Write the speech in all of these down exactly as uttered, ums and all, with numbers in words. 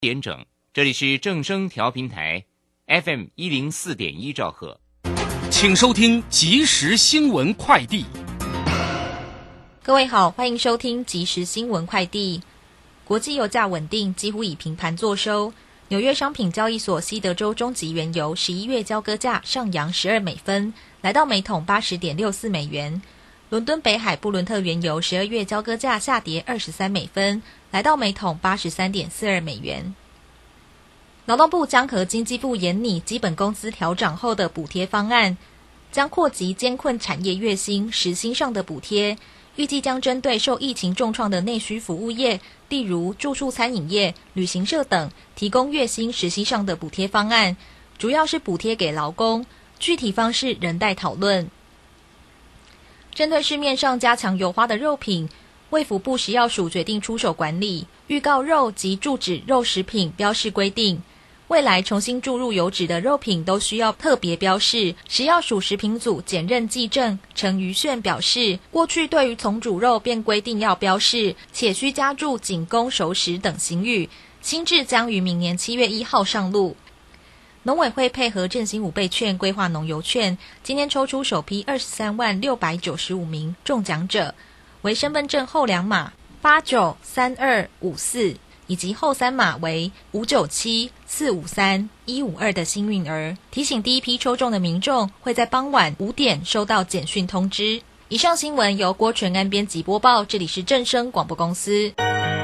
点整，这里是正声调频台 F M 一零四点一兆赫， 请收听即时新闻快递。 各位好，欢迎收听即时新闻快递。国际油价稳定，几乎以平盘作收。纽约商品交易所西德州中级原油十一月交割价上扬十二美分，来到每桶 八十点六四美元。伦敦北海布伦特原油十二月交割价下跌二十三美分，来到每桶 八十三点四二美元。劳动部将和经济部研拟基本工资调涨后的补贴方案，将扩及艰困产业月薪、时薪上的补贴，预计将针对受疫情重创的内需服务业，例如住宿餐饮业、旅行社等，提供月薪、时薪上的补贴方案，主要是补贴给劳工，具体方式仍待讨论。针对市面上加强油花的肉品，卫福部食药署决定出手管理预告肉及注脂肉食品标示规定，未来重新注入油脂的肉品都需要特别标示。食药署食品组检任技正陈瑜炫表示，过去对于从煮肉便规定要标示，且需加注仅供熟食等刑语，新制将于明年七月一号上路。农委会配合振兴五倍券规划农油券，今天抽出首批二十三万六百九十五名中奖者，为身份证后两码八九三二五四以及后三码为五九七四五三一五二的幸运儿。提醒第一批抽中的民众会在傍晚五点收到简讯通知。以上新闻由郭纯安编辑播报，这里是正声广播公司。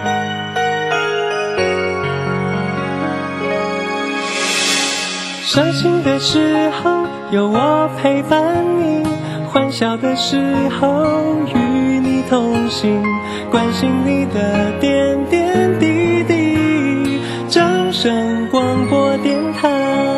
伤心的时候有我陪伴你，欢笑的时候与你同行，关心你的点点滴滴。正声广播电台。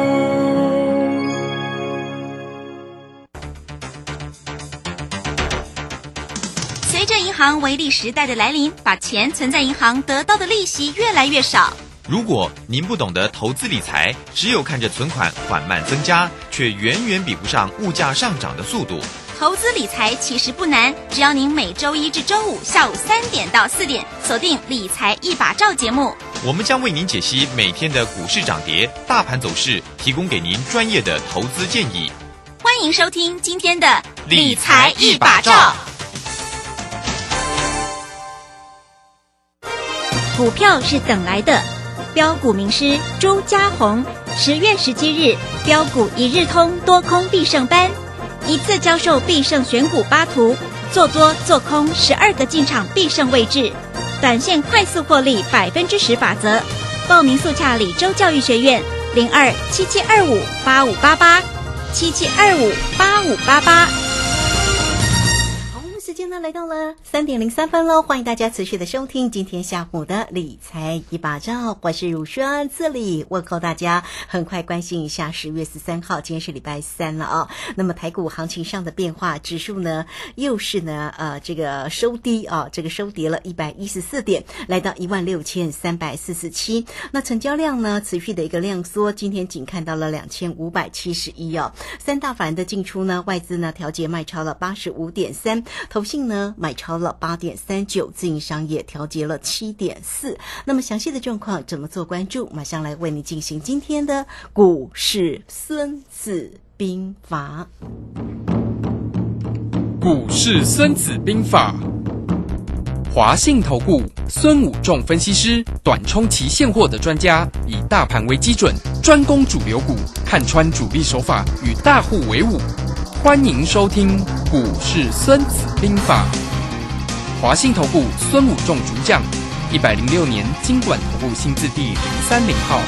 随着银行微利时代的来临，把钱存在银行得到的利息越来越少。 如果您不懂得投资理财，只有看着存款缓慢增加，却远远比不上物价上涨的速度。 投资理财其实不难，只要您每周一至周五下午三点到四点锁定理财一把照节目， 我们将为您解析每天的股市涨跌、大盘走势，提供给您专业的投资建议。 欢迎收听今天的理财一把照。股票是等来的，标股名师朱家红，十月十七日标股一日通多空必胜班，一次教授必胜选股八图，做多做空十二个进场必胜位置，短线快速获利百分之十法则。报名速洽李州教育学院零二七七二五八五八八七七二五八五八八。 时间呢来到了三点零三分喽，欢迎大家持续的收听今天下午的理财一把照，我是汝轩，这里问候大家。很快关心一下十月十三号，今天是礼拜三了啊。那么台股行情上的变化，指数呢又是呢呃这个收低啊，这个收跌了一百一十四点，来到一万六千三百四十七。那成交量呢持续的一个量缩，今天仅看到了两千五百七十一哦。三大法人的进出呢，外资呢调节卖超了八十五点三，投信呢买超了 八点三九， 自营商也调节了 七点四。 那么详细的状况怎么做关注，马上来为你进行今天的股市孙子兵法。 股市孙子兵法，华信投顾孙武仲分析师，短冲期现货的专家，以大盘为基准，专攻主流股，看穿主力手法，与大户为伍。欢迎收听股市孙子兵法。华信投顾孙武仲主讲，一百零六年金管投顾新字第零三零号。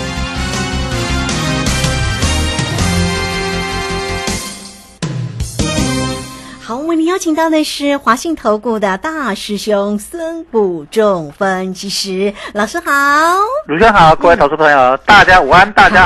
好，为您邀请到的是华信投顾的大师兄孙武仲分析师老师好。 卢轩好，各位投资朋友、嗯、大家午安，大家好。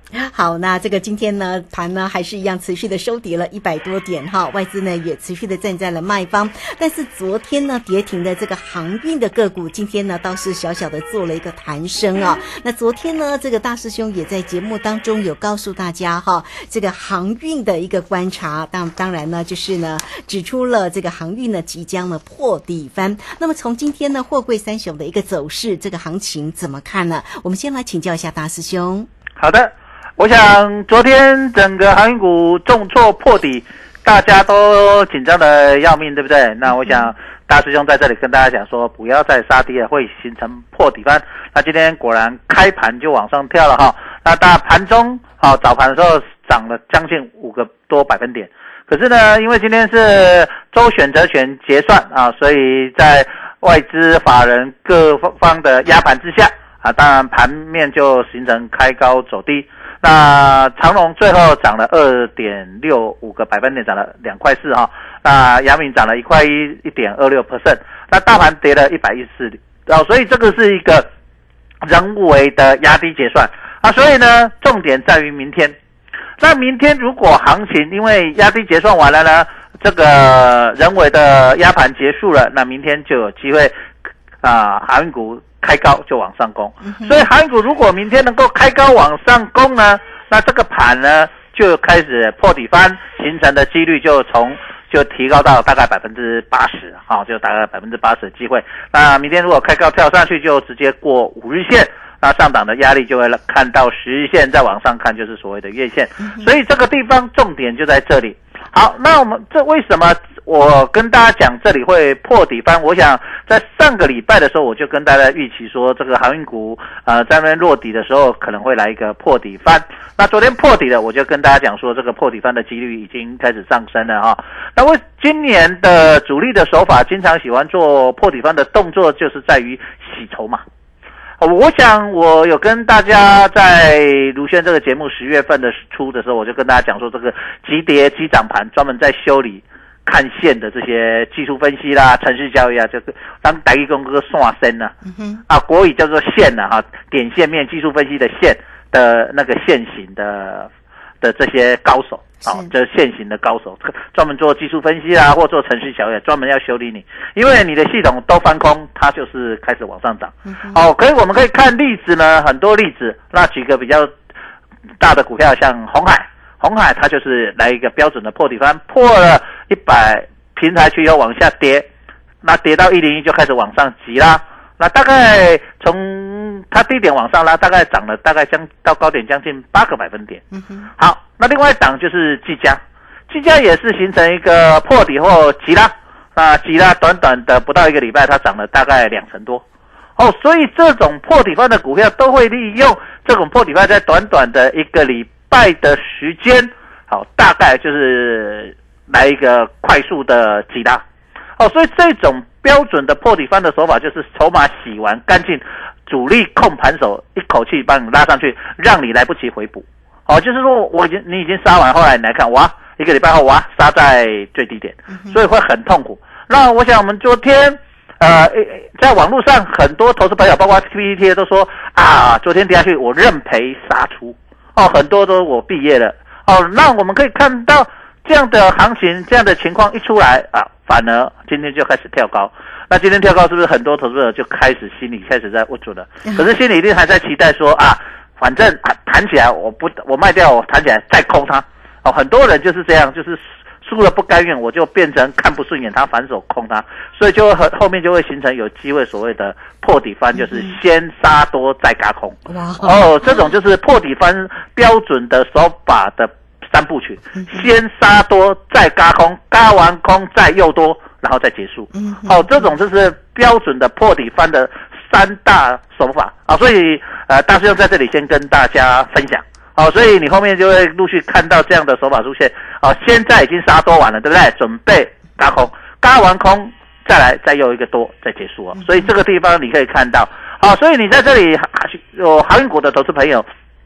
好，那这个今天呢盘呢还是一样持续的收跌了一百多点哈，外资呢也持续的站在了卖方，但是昨天呢跌停的这个航运的个股，今天呢倒是小小的做了一个弹升啊。那昨天呢这个大师兄也在节目当中有告诉大家哈，这个航运的一个观察，当当然呢就是呢指出了这个航运呢即将呢破底翻。那么从今天呢货柜三雄的一个走势，这个行情怎么看呢？我们先来请教一下大师兄。 好的，我想昨天整个航运股重挫破底，大家都紧张的要命，对不对？那我想大师兄在这里跟大家讲说，不要再杀低了，会形成破底翻。那今天果然开盘就往上跳了哈。那大盘中好早盘的时候涨了将近五个多百分点，可是呢，因为今天是周选择权结算啊，所以在外资法人各方的压盘之下啊，当然盘面就形成开高走低。那长荣最后涨了 二点六五 个百分点，涨了两块四哈。那阳明涨了一块一 一点二六 percent。那大盘跌了一百一十四，哦，所以这个是一个人为的压低结算啊。所以呢，重点在于明天。那明天如果行情因为压低结算完了呢，这个人为的压盘结束了，那明天就有机会啊，航运股开高就往上攻，所以航运股如果明天能够开高往上攻呢，那这个盘呢就开始破底翻，形成的几率就从就提高到大概 百分之八十， 好，就大概 百分之八十 的机会。那明天如果开高跳上去，就直接过五日线，那上档的压力就会看到十日线，再往上看就是所谓的月线，所以这个地方重点就在这里。好，那我们这为什么我跟大家讲这里会破底翻？我想在上个礼拜的时候，我就跟大家预期说，这个航运股呃在那边落底的时候，可能会来一个破底翻。那昨天破底了，我就跟大家讲说，这个破底翻的几率已经开始上升了哈。那为今年的主力的手法，经常喜欢做破底翻的动作，就是在于洗筹码。我想我有跟大家在卢轩这个节目十月份的初的时候，我就跟大家讲说，这个急跌急涨盘专门在修理看线的这些技术分析啦、程式交易啊，就是当台语讲个线身呢，啊，国语叫做线呢、啊、哈，点线面技术分析的线的那个线型的的这些高手。好，这是现行的高手，专门做技术分析啦，或做程序小业，专门要修理你，因为你的系统都翻空，它就是开始往上涨。好，可以我们可以看例子呢，很多例子，那几个比较大的股票，像鸿海，鸿海它就是来一个标准的破底翻，破了一百平台区以后往下跌，那跌到一零一就开始往上急啦。那大概从它低点往上拉，大概涨了大概将到高点将近八个百分点。嗯哼。好，那另外一档就是技嘉，技嘉也是形成一个破底后急拉，那急拉短短的不到一个礼拜，它涨了大概两成多。哦，所以这种破底翻的股票都会利用这种破底翻，在短短的一个礼拜的时间，好，大概就是来一个快速的急拉。哦，所以这种标准的破底翻的手法，就是筹码洗完干净，主力控盘手一口气帮你拉上去，让你来不及回补。哦，就是说我已经你已经杀完，后来你来看，哇，一个礼拜后哇杀在最低点，所以会很痛苦。那我想我们昨天呃在网络上很多投资朋友，包括 P P T 都说啊，昨天跌下去我认赔杀出。哦，很多都我毕业了。哦，那我们可以看到这样的行情，这样的情况一出来啊，反而今天就开始跳高。那今天跳高是不是很多投资者就开始心里开始在握住了？可是心里一定还在期待说啊，反正啊弹起来我不我卖掉，我弹起来再空它。哦，很多人就是这样，就是输了不甘愿，我就变成看不顺眼，他反手空它，所以就会后面就会形成有机会所谓的破底翻，就是先杀多再軋空。哦，这种就是破底翻标准的手法的三部曲，先杀多再軋空，軋完空再诱多，然后再结束。好、哦，这种就是标准的破底翻的三大手法啊、哦，所以呃，大师兄在这里先跟大家分享。好、哦，所以你后面就会陆续看到这样的手法出现。好、哦，现在已经杀多完了，对不对？准备軋空，軋完空再来再诱一个多，再结束啊、哦。所以这个地方你可以看到，好、哦，所以你在这里有航运股的投资朋友。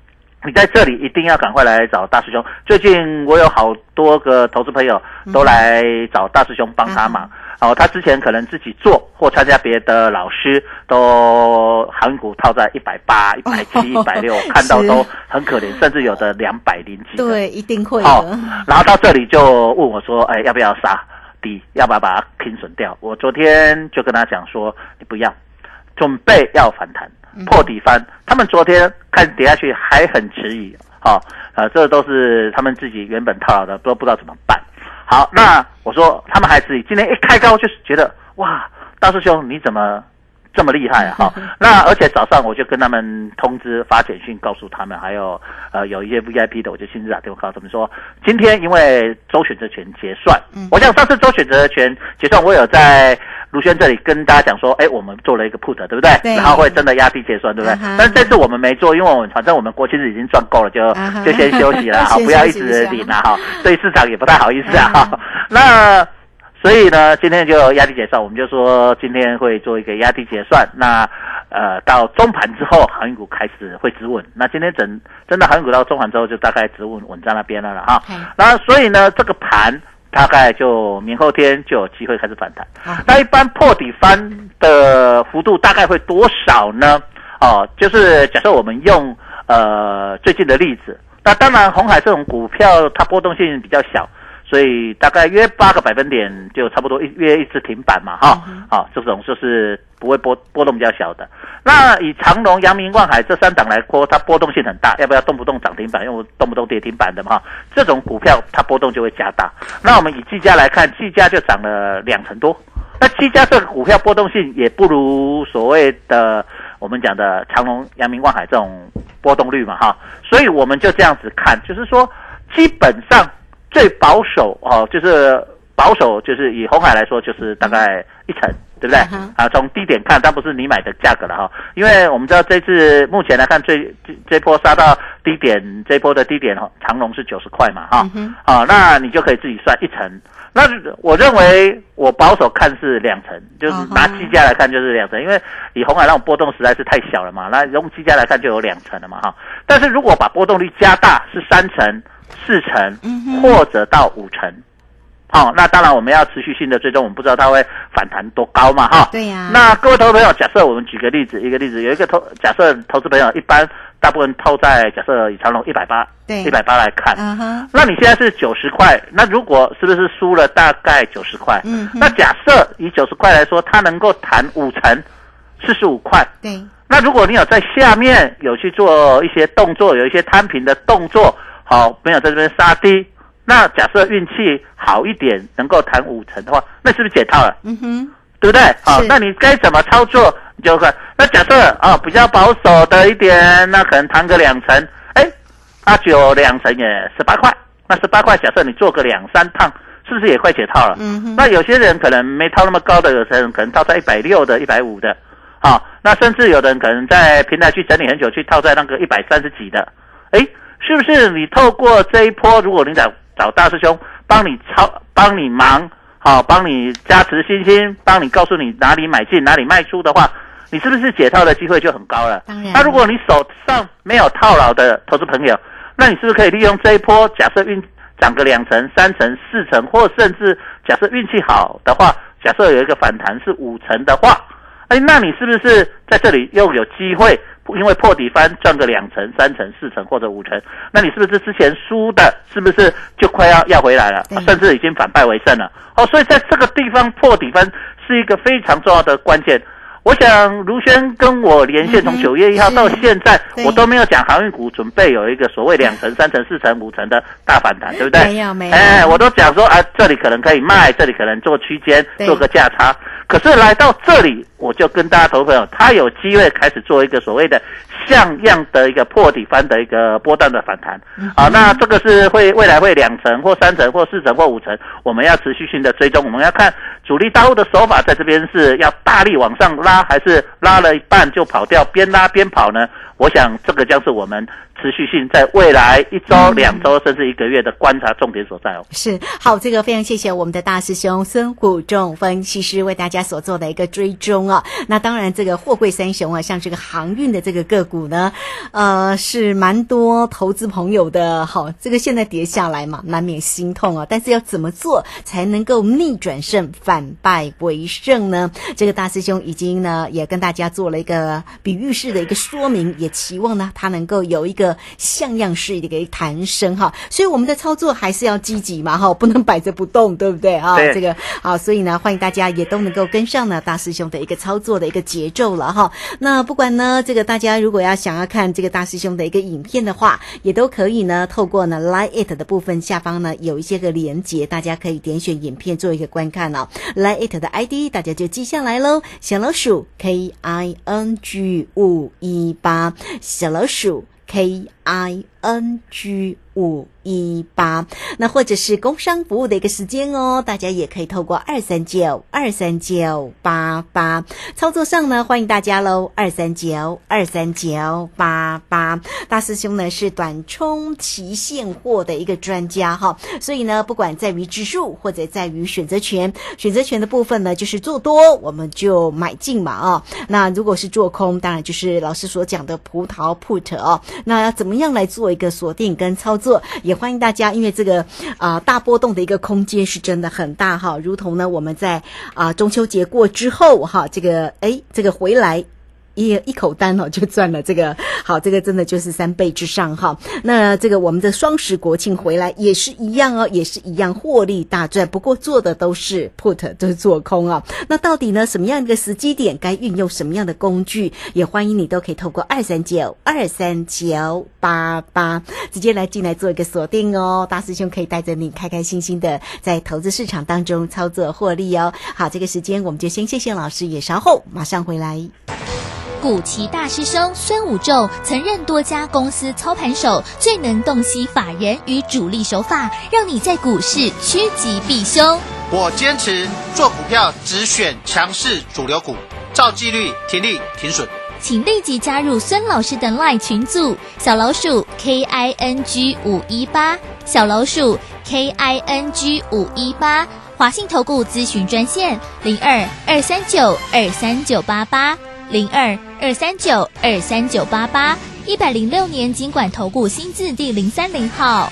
你在这里一定要赶快来找大师兄。最近我有好多个投资朋友都来找大师兄帮他忙。嗯、哦，他之前可能自己做或参加别的老师，都航运股套在一百八、一百七、一百六，看到都很可怜，甚至有的两百零几。 对，一定会的。 哦，然后到这里就问我说：“哎，要不要杀低？要不要把它平损掉？”我昨天就跟他讲说：“你不要，准备要反弹。”破底翻，他们昨天看跌下去还很迟疑，好、哦，呃，这都是他们自己原本套牢的，都不知道怎么办。好，那我说他们还迟疑，今天一开高就是觉得哇，大师兄你怎么这么厉害啊？好、哦，那而且早上我就跟他们通知发简讯告诉他们，还有呃有一些 V I P 的，我就亲自打电话告诉他们说，今天因为周选择权结算，嗯，我想上次周选择权结算，我有在卢轩这里跟大家讲说，哎，我们做了一个 put， 对不对？对。然后会真的压低结算，对不对？ Uh-huh. 但是这次我们没做，因为我们反正我们国庆日已经赚够了，就、uh-huh. 就先休息了，好，不要一直领了哈，对市场也不太好意思啊哈。Uh-huh. 那所以呢，今天就压低结算，我们就说今天会做一个压低结算。那呃，到中盘之后，航运股开始会止稳。那今天整真的航运股到中盘之后，就大概止稳稳在那边了了哈。那、okay. 所以呢，这个盘大概就明后天就有机会开始反弹。啊、那一般破底翻的幅度大概会多少呢？哦，就是假设我们用呃最近的例子，那当然鸿海这种股票它波动性比较小。所以大概约八个百分点就差不多一约一次停板嘛，哈，好、嗯哦，这种就是不会波波动比较小的。那以长荣、阳明、万海这三档来说，它波动性很大，要不要动不动涨停板，因为动不动跌停板的嘛，这种股票它波动就会加大。那我们以技嘉来看，技嘉就涨了两成多，那技嘉这个股票波动性也不如所谓的我们讲的长荣、阳明、万海这种波动率嘛，哈，所以我们就这样子看，就是说基本上。最保守哦，就是保守，就是以鸿海来说，就是大概一成，对不对？ Uh-huh. 啊，从低点看，但不是你买的价格了哈，因为我们知道这次目前来看，最这这波杀到低点，这波的低点哈，长荣是九十块嘛哈， uh-huh. 啊，那你就可以自己算一成。那我认为我保守看是两成，就是拿技嘉来看就是两成，因为以鸿海那种波动实在是太小了嘛，那用技嘉来看就有两成了嘛哈。但是如果把波动率加大，是三成。四成或者到五成，好、哦，那当然我们要持续性的追踪，我们不知道它会反弹多高嘛，哈。 对呀、啊。 那各位投资朋友，假设我们举个例子，一个例子，有一个投，假设投资朋友一般大部分套在假设以长荣一百八，对，一百八来看，嗯哼。那你现在是九十块，那如果是不是输了大概九十块？嗯。那假设以九十块来说，它能够弹五成，四十五块。对。那如果你有在下面有去做一些动作，有一些摊平的动作。好，没有在这边杀低，那假设运气好一点，能够弹五成的话，那是不是解套了？嗯哼，对不对？好，那你该怎么操作？你就看。那假设啊、哦、比较保守的一点，那可能弹个两成，哎，阿九两成也十八块，那十八块，假设你做个两三趟，是不是也快解套了？嗯哼。那有些人可能没套那么高的，有些人可能套在一百六的、一百五的，好、哦，那甚至有的人可能在平台去整理很久，去套在那个一百三十几的，哎。是不是你透过这一波，如果你找找大师兄帮你操，帮你忙，好，帮你加持信心，帮你告诉你哪里买进哪里卖出的话，你是不是解套的机会就很高了？当然。那如果你手上没有套牢的投资朋友，那你是不是可以利用这一波，假设运涨个两成、三成、四成，或甚至假设运气好的话，假设有一个反弹是五成的话，哎，那你是不是在这里又有机会？因为破底翻赚个两成、三成、四成或者五成，那你是不是之前输的，是不是就快要要回来了，甚至已经反败为胜了？哦，所以在这个地方破底翻是一个非常重要的关键。我想卢轩跟我连线从九月一号到现在，我都没有讲航运股准备有一个所谓两成、三成、四成、五成的大反弹，对不对？没有没有。哎，我都讲说啊，这里可能可以卖，这里可能做区间，做个价差。可是来到这里，我就跟大家投资朋友，他有机会开始做一个所谓的像样的一个破底翻的一个波段的反弹。嗯、好，那这个是会未来会两成或三成或四成或五成，我们要持续性的追踪，我们要看主力大户的手法在这边是要大力往上拉，还是拉了一半就跑掉，边拉边跑呢？我想这个将是我们持续性在未来一周、嗯、两周甚至一个月的观察重点所在哦。 是，好，这个非常谢谢我们的大师兄孙谷仲分析师为大家所做的一个追踪啊。那当然，这个货柜三雄啊，像这个航运的这个个股呢， 呃是蛮多投资朋友的，好，这个现在跌下来嘛，难免心痛啊。但是要怎么做才能够逆转胜，反败为胜呢？这个大师兄已经呢也跟大家做了一个比喻式的一个说明，也期望呢他能够有一个像样式的一个弹升哈。所以我们的操作还是要积极嘛哈，不能摆着不动，对不对啊？这个好，所以呢欢迎大家也都能够跟上呢大师兄的一个操作的一个节奏了哈。那不管呢这个大家如果要想要看这个大师兄的一个影片的话，也都可以呢透过呢 Line It 的部分下方呢有一些个连结，大家可以点选影片做一个观看哦。Line It 的 I D 大家就记下来咯，小老鼠 K I N G 五一八， 小老鼠 K I N G 五一八，那或者是工商服务的一个时间哦，大家也可以透过二三九二三九八八操作上呢，欢迎大家喽，二三九二三九八八。大师兄呢是短冲期现货的一个专家哈，所以呢不管在于指数或者在于选择权，选择权的部分呢就是做多我们就买进嘛啊，那如果是做空，当然就是老师所讲的葡萄 put 哦，那要怎么样来做一个锁定跟操作，也欢迎大家，因为这个啊、呃、大波动的一个空间是真的很大哈，如同呢我们在啊、呃、中秋节过之后哈，这个哎这个回来一一口单哦，就赚了这个好，这个真的就是三倍之上哈。那这个我们的双十国庆回来也是一样哦，也是一样获利大赚，不过做的都是 put， 都是做空啊。那到底呢什么样的时机点该运用什么样的工具，也欢迎你都可以透过二三九二三九八八直接来进来做一个锁定哦。大师兄可以带着你开开心心的在投资市场当中操作获利哦。好，这个时间我们就先谢谢老师，也稍后马上回来。 古奇大师兄孙武仲曾任多家公司操盘手，最能洞悉法人与主力手法，让你在股市趋吉避凶。 我坚持做股票只选强势主流股，照纪律停利停损。 请立即加入孙老师的 LINE 群组，小老鼠 K I N G 五一八， 小老鼠 K I N G 五一八， 华信投顾咨询专线零二二三九二三九八八。零二二三九二三九八八，一百零六年金管投顾新字第零三零号。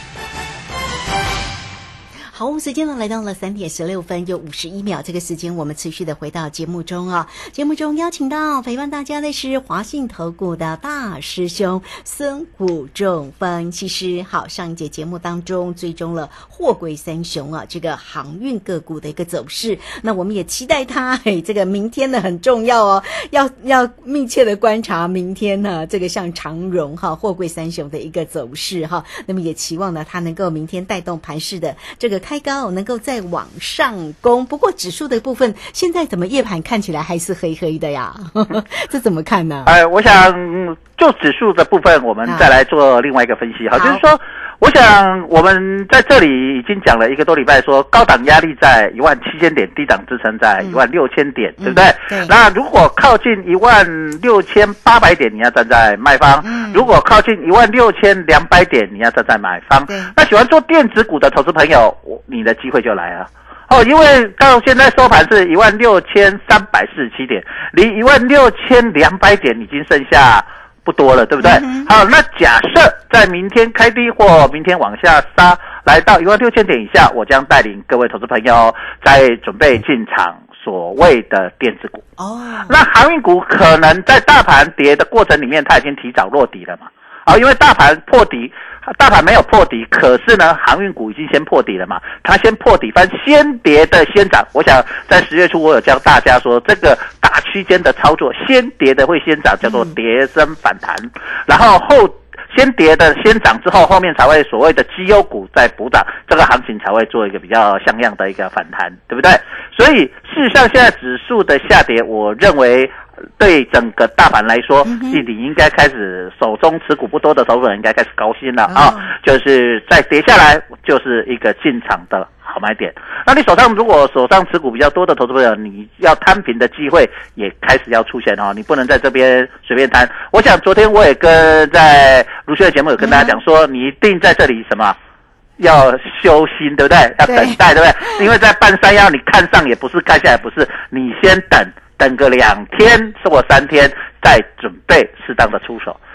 好，我们时间呢来到了三点十六分又五十一秒，这个时间我们持续的回到节目中啊。节目中邀请到陪伴大家的是华信投顾的大师兄孙武仲分析师。好，上一节节目当中追踪了货柜三雄啊，这个航运个股的一个走势。那我们也期待它，嘿，这个明天呢很重要哦，要要密切的观察明天呢这个像长荣哈货柜三雄的一个走势哈。那么也期望呢它能够明天带动盘势的这个开高，能够再往上攻。不过指数的部分现在怎么夜盘看起来还是黑黑的呀？这怎么看呢？ 哎，我想就指数的部分我们再来做另外一个分析哈，就是说我想我们在这里已经讲了一个多礼拜，说高档压力在一万七千点，低档支撑在一万六千点，嗯、对不对？对。那如果靠近一万六千八百点，你要站在卖方；嗯、如果靠近一万六千两百点，你要站在买方。那喜欢做电子股的投资朋友，你的机会就来了。哦，因为到现在收盘是一万六千三百四十七点，离一万六千两百点已经剩下不多了，对不对？嗯、好，那假设在明天开低或明天往下杀，来到一万六千点以下，我将带领各位投资朋友在准备进场所谓的电子股。哦，那航运股可能在大盘跌的过程里面，它已经提早落底了嘛？啊、哦，因为大盘破底。大盘没有破底，可是呢，航运股已经先破底了嘛，它先破底翻，先跌的先涨。我想在十月初我有教大家说，这个大区间的操作，先跌的会先涨，叫做跌升反弹，然后后先跌的先涨之后，后面才会所谓的绩优股再补涨，这个行情才会做一个比较像样的一个反弹，对不对？所以事实上现在指数的下跌，我认为对整个大盘来说，嗯、你应该开始手中持股不多的投资人应该开始高兴了啊、哦！就是再跌下来就是一个进场的好买点。那你手上如果手上持股比较多的投资朋友，你要摊平的机会也开始要出现哦，你不能在这边随便摊。我想昨天我也跟在卢轩的节目有跟大家讲说，嗯、你一定在这里什么？要修心，对不对？要等待，对不对？因为在半山腰，你看上也不是，看下也不是，你先等，等个两天或三天，再准备适当的出手。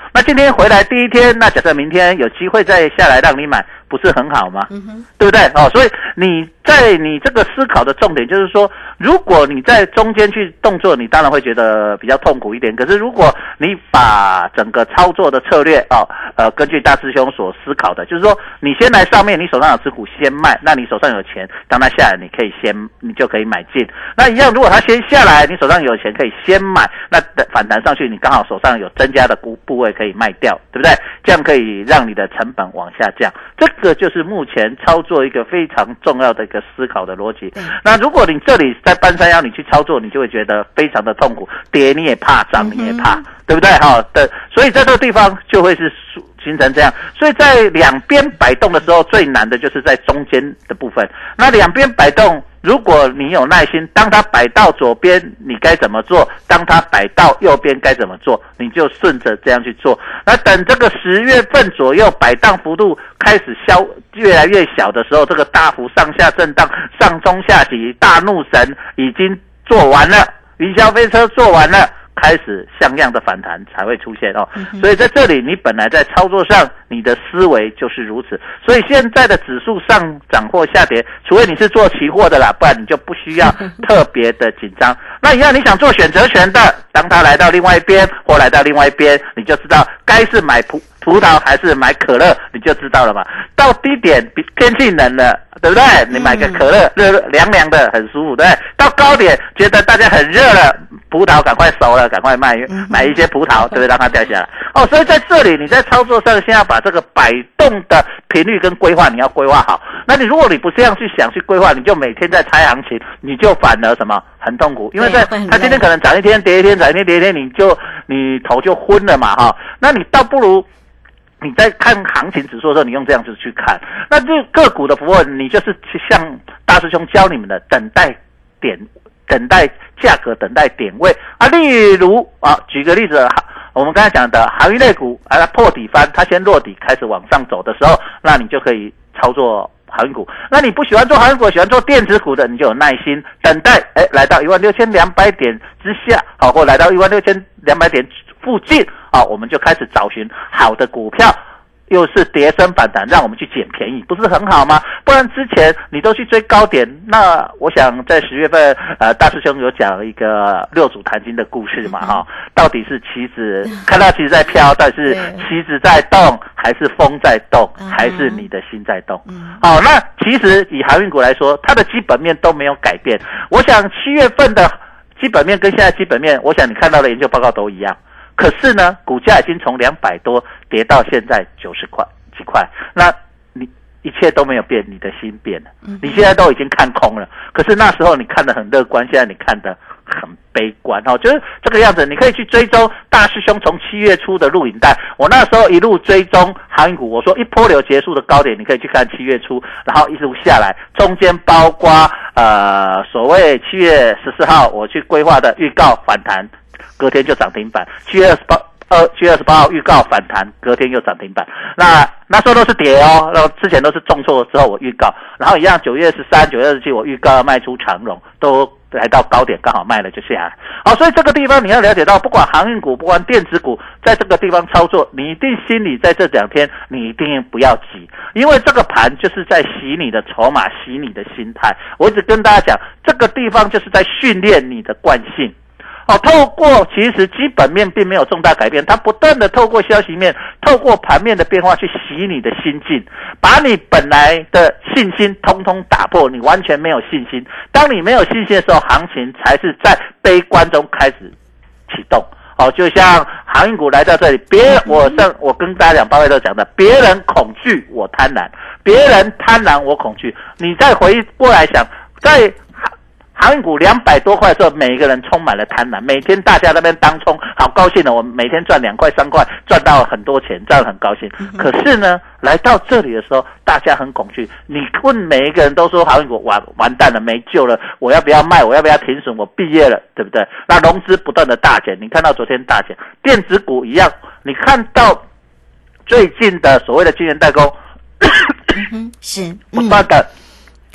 那今天回来第一天，那假设明天有机会再下来让你买，不是很好吗？嗯哼，对不对？哦，所以你在你这个思考的重点就是说，如果你在中间去动作，你当然会觉得比较痛苦一点。可是如果你把整个操作的策略哦，呃，根据大师兄所思考的，就是说你先来上面，你手上有持股先卖，那你手上有钱，当它下来你可以先，你就可以买进。那一样，如果它先下来，你手上有钱可以先买，那反弹上去，你刚好手上有增加的股部位可以卖掉，对不对？这样可以让你的成本往下降。这个就是目前操作一个非常重要的一个思考的逻辑。那如果你这里在半山腰你去操作，你就会觉得非常的痛苦，跌你也怕，涨你也怕，嗯、对不对？哈，对，所以在这个地方就会是形成这样。所以在两边摆动的时候，最难的就是在中间的部分。那两边摆动，如果你有耐心，当它摆到左边，你该怎么做？当它摆到右边该怎么做？你就顺着这样去做。那等这个十月份左右摆荡幅度开始消越来越小的时候，这个大幅上下震荡、上中下起大怒神已经做完了，云霄飞车做完了。开始像样的反弹才会出现哦，嗯、所以在这里你本来在操作上你的思维就是如此，所以现在的指数上涨或下跌，除非你是做期货的啦，不然你就不需要特别的紧张。那一样你想做选择权的，当它来到另外一边或来到另外一边，你就知道该是买葡葡萄还是买可乐，你就知道了嘛。到低点天气冷了，对不对？你买个可乐，热凉凉的很舒服，对不对？到高点觉得大家很热了，葡萄赶快熟了，赶快卖，买一些葡萄，对不对？让它掉下来。哦，所以在这里你在操作上先要把这个摆动的频率跟规划你要规划好。那你如果你不这样去想去规划，你就每天在猜行情，你就反而什么很痛苦，因为在它今天可能涨一天跌一天，涨一天跌一天，你就你头就昏了嘛哈。那你倒不如你在看行情指数的时候，你用这样子去看。那这个股的部分，你就是像大师兄教你们的，等待点。等待价格，等待点位啊。例如啊，举个例子，我们刚才讲的航运类股啊，它破底翻，它先落底开始往上走的时候，那你就可以操作航运股。那你不喜欢做航运股，喜欢做电子股的，你就有耐心等待，哎，来到一万六千两百点之下，好，或来到一万六千两百点附近，啊，我们就开始找寻好的股票。又是跌升反弹，让我们去捡便宜，不是很好吗？不然之前你都去追高点，那我想在十月份，呃，大师兄有讲一个六祖坛经的故事嘛，哈、嗯，到底是棋子看到棋子在飘，但是棋子在动，还是风在动，还是你的心在动？嗯，好，那其实以航运股来说，它的基本面都没有改变。我想七月份的基本面跟现在基本面，我想你看到的研究报告都一样。可是呢，股价已经从两百多跌到现在九十块几块，那你一切都没有变，你的心变了，你现在都已经看空了。可是那时候你看得很乐观，现在你看得很悲观哦，就是这个样子。你可以去追踪大师兄从七月初的录影带，我那时候一路追踪航运股，我说一波流结束的高点，你可以去看七月初，然后一路下来，中间包括呃所谓七月十四号我去规划的预告反弹。隔天就涨停板，七月二十八，呃，七月二十八号预告反弹，隔天又涨停板。那那时候都是跌哦，然后之前都是重挫之后我预告，然后一样九月十三、九月二十七我预告要卖出长荣，都来到高点刚好卖了就下来。好，所以这个地方你要了解到，不管航运股，不管电子股，在这个地方操作，你一定心里在这两天你一定不要急，因为这个盘就是在洗你的筹码，洗你的心态。我一直跟大家讲，这个地方就是在训练你的惯性。哦，透过其实基本面并没有重大改变，它不断的透过消息面，透过盘面的变化去洗你的心境，把你本来的信心通通打破，你完全没有信心。当你没有信心的时候，行情才是在悲观中开始启动。哦，就像航运股来到这里，别人我上我跟大家讲，八位都讲的，别人恐惧我贪婪，别人贪婪我恐惧。你再回过来想，在航运股两百多块的时候，每一个人充满了贪婪，每天大家那边当冲，好高兴的，我每天赚两块三块，赚到很多钱，这样很高兴。可是呢，来到这里的时候，大家很恐惧。你问每一个人都说航运股完完蛋了，没救了，我要不要卖？我要不要停损？我毕业了，对不对？那融资不断的大减，你看到昨天大减，电子股一样，你看到最近的所谓的晶圆代工， 嗯、是不断的。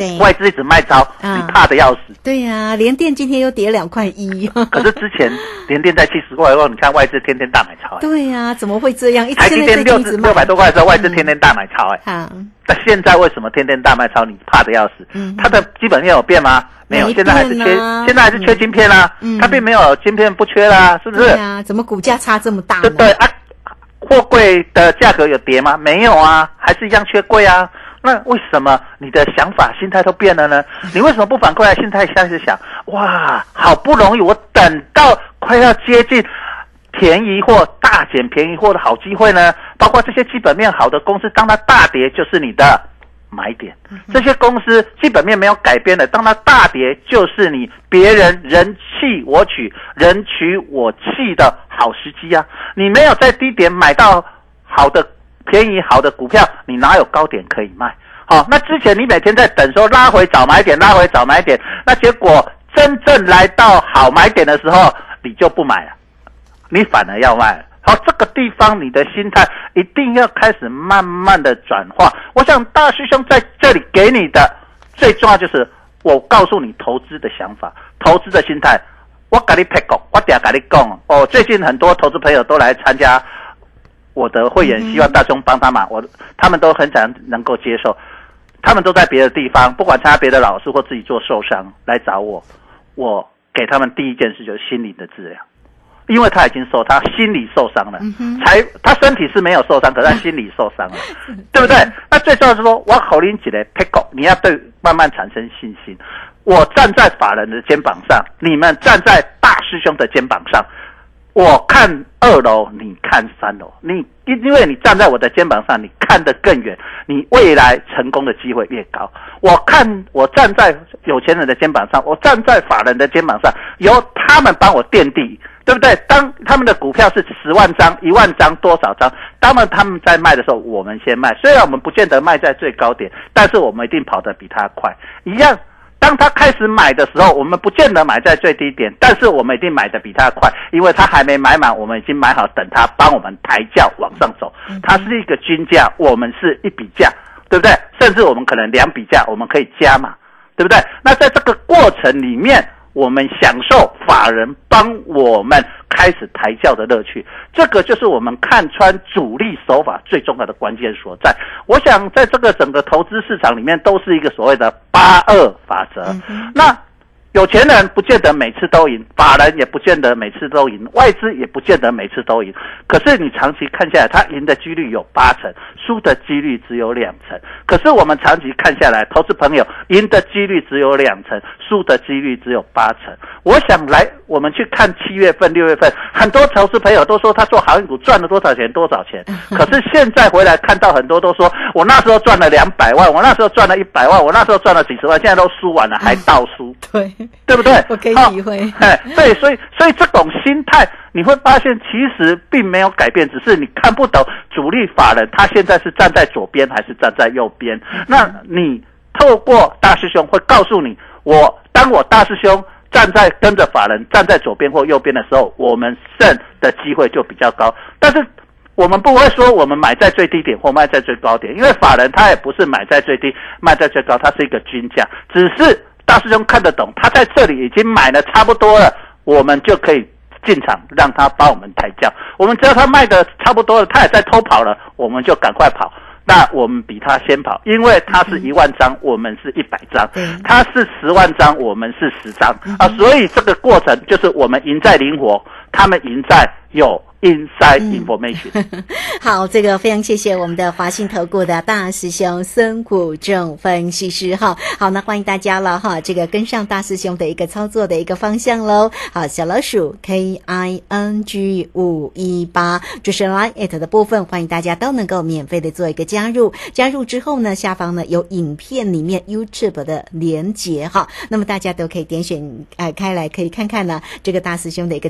对， 外资一直卖超， 嗯、 你怕的要死。 对呀、啊，联电今天又跌两块一。 可是之前联电在七十块以后，你看外资天天大买超、欸。 对呀、啊，怎么会这样？一台积电六六百多块的时候，外资天天大买超、欸，哎、嗯。好。那现在为什么天天大卖超？你怕的要死。嗯。它的基本面有变吗？没有，现在还是缺，现在还是缺晶片啦、啊。嗯。它并没有晶片不缺啦，是不是？ 对啊，怎么股价差这么大呢？ 对对啊，货柜的价格有跌吗？没有啊，还是一样缺柜啊。那为什么你的想法、心态都变了呢？你为什么不反过来心态开始想，哇，好不容易我等到快要接近便宜货大减便宜货的好机会呢？包括这些基本面好的公司，当它大跌就是你的买点。这些公司基本面没有改变的，当它大跌就是你别人人弃我取、人取我弃的好时机啊！你没有在低点买到好的便宜好的股票，你哪有高点可以卖？好、哦，那之前你每天在等说拉回找买点，拉回找买点，那结果真正来到好买点的时候，你就不买了，你反而要卖了。好，这个地方你的心态一定要开始慢慢的转化。我想大师兄在这里给你的最重要就是，我告诉你投资的想法、投资的心态。我跟你配讲，我等下跟你讲哦。最近很多投资朋友都来参加我的会员，希望大兄帮他忙，我他们都很想能够接受，他们都在别的地方，不管参加别的老师或自己做受伤来找我，我给他们第一件事就是心理的治疗，因为他已经受，他心理受伤了，嗯、才他身体是没有受伤，可是他心理受伤了，对不对？那最重要是说，我口令起来 pick up， 你要对慢慢产生信心。我站在法人的肩膀上，你们站在大师兄的肩膀上。我看二楼，你看三楼，你因为你站在我的肩膀上，你看得更远，你未来成功的机会越高。我看我站在有钱人的肩膀上，我站在法人的肩膀上，由他们帮我垫地，对不对？当他们的股票是十万张、一万张多少张，当们他们在卖的时候，我们先卖。虽然我们不见得卖在最高点，但是我们一定跑得比他快，一样。当他开始买的时候，我们不见得买在最低点，但是我们一定买得比他快，因为他还没买满，我们已经买好，等他帮我们抬轿往上走。它是一个均价，我们是一笔价，对不对？甚至我们可能两笔价，我们可以加嘛，对不对？那在这个过程里面，我们享受法人帮我们开始抬轿的乐趣，这个就是我们看穿主力手法最重要的关键所在。我想在这个整个投资市场里面，都是一个所谓的八二法则。嗯、那有钱人不见得每次都赢，法人也不见得每次都赢，外资也不见得每次都赢。可是你长期看下来，他赢的几率有八成，输的几率只有两成。可是我们长期看下来，投资朋友赢的几率只有两成，输的几率只有八成。我想来，我们去看七月份、六月份，很多投资朋友都说他做航运股赚了多少钱，多少钱。可是现在回来看到很多都说，我那时候赚了两百万，我那时候赚了一百万，我那时候赚了几十万，现在都输完了，还倒输。对。对不对？ 我可以体会。 哎，对，所以所以这种心态，你会发现其实并没有改变，只是你看不懂主力法人他现在是站在左边还是站在右边。嗯、那你透过大师兄会告诉你，我当我大师兄站在跟着法人站在左边或右边的时候，我们胜的机会就比较高。但是我们不会说我们买在最低点或卖在最高点，因为法人他也不是买在最低卖在最高，它是一个均价，只是大师兄看得懂，他在这里已经买了差不多了，我们就可以进场让他帮我们抬轿。我们只要他卖的差不多了，他也在偷跑了，我们就赶快跑。那我们比他先跑，因为他是一万张，我们是一百张；他是十万张，我们是十张啊。所以这个过程就是我们赢在灵活，他们赢在有inside information。 嗯、好，这个非常谢谢我们的华信投顾的大师兄孙谷仲分析师哈。好，那欢迎大家了哈，这个跟上大师兄的一个操作的一个方向喽。好，小老鼠 K I N G 五一八，就是 Line at 的部分，欢迎大家都能够免费的做一个加入。加入之后呢，下方呢有影片里面 YouTube 的连结哈，那么大家都可以点选呃开来，可以看看呢这个大师兄的一个精彩的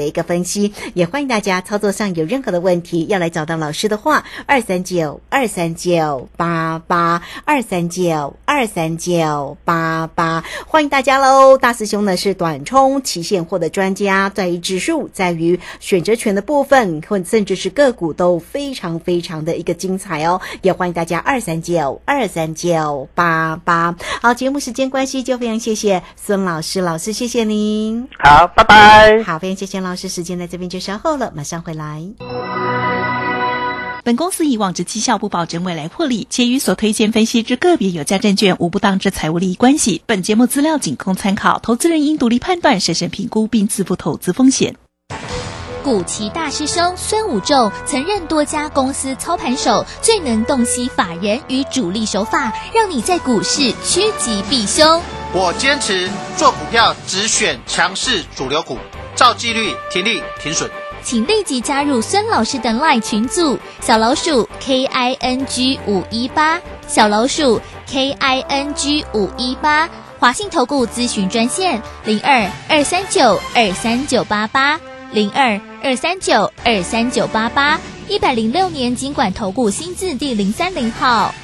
一个分析，也欢迎大家操作上有任何的问题要来找到老师的话，二三九二三九八八二三九二三九八八，欢迎大家喽！大师兄呢是短冲期现货的专家，在于指数，在于选择权的部分，或甚至是个股都非常非常的一个精彩哦，也欢迎大家二三九二三九八八。好，节目时间关系，就非常谢谢孙老师，老师谢谢您。 好，拜拜。 好，非常谢谢老师，时间在这边就稍后了，马上回来。 本公司以往之绩效不保证未来获利，且与所推荐分析之个别有价证券无不当之财务利益关系。本节目资料仅供参考，投资人应独立判断、审慎评估并自负投资风险。 股期大师兄孙武仲曾任多家公司操盘手，最能洞悉法人与主力手法，让你在股市趋吉避凶。 我坚持做股票只选强势主流股，照纪律停利停损。 请立即加入孙老师的 LINE 群组，小老鼠 K I N G 五一八，小老鼠 K I N G 五一八，华信投顾咨询专线零二二三九二三九八八零二二三九二三九八八，一百零六年金管投顾新字第零三零号。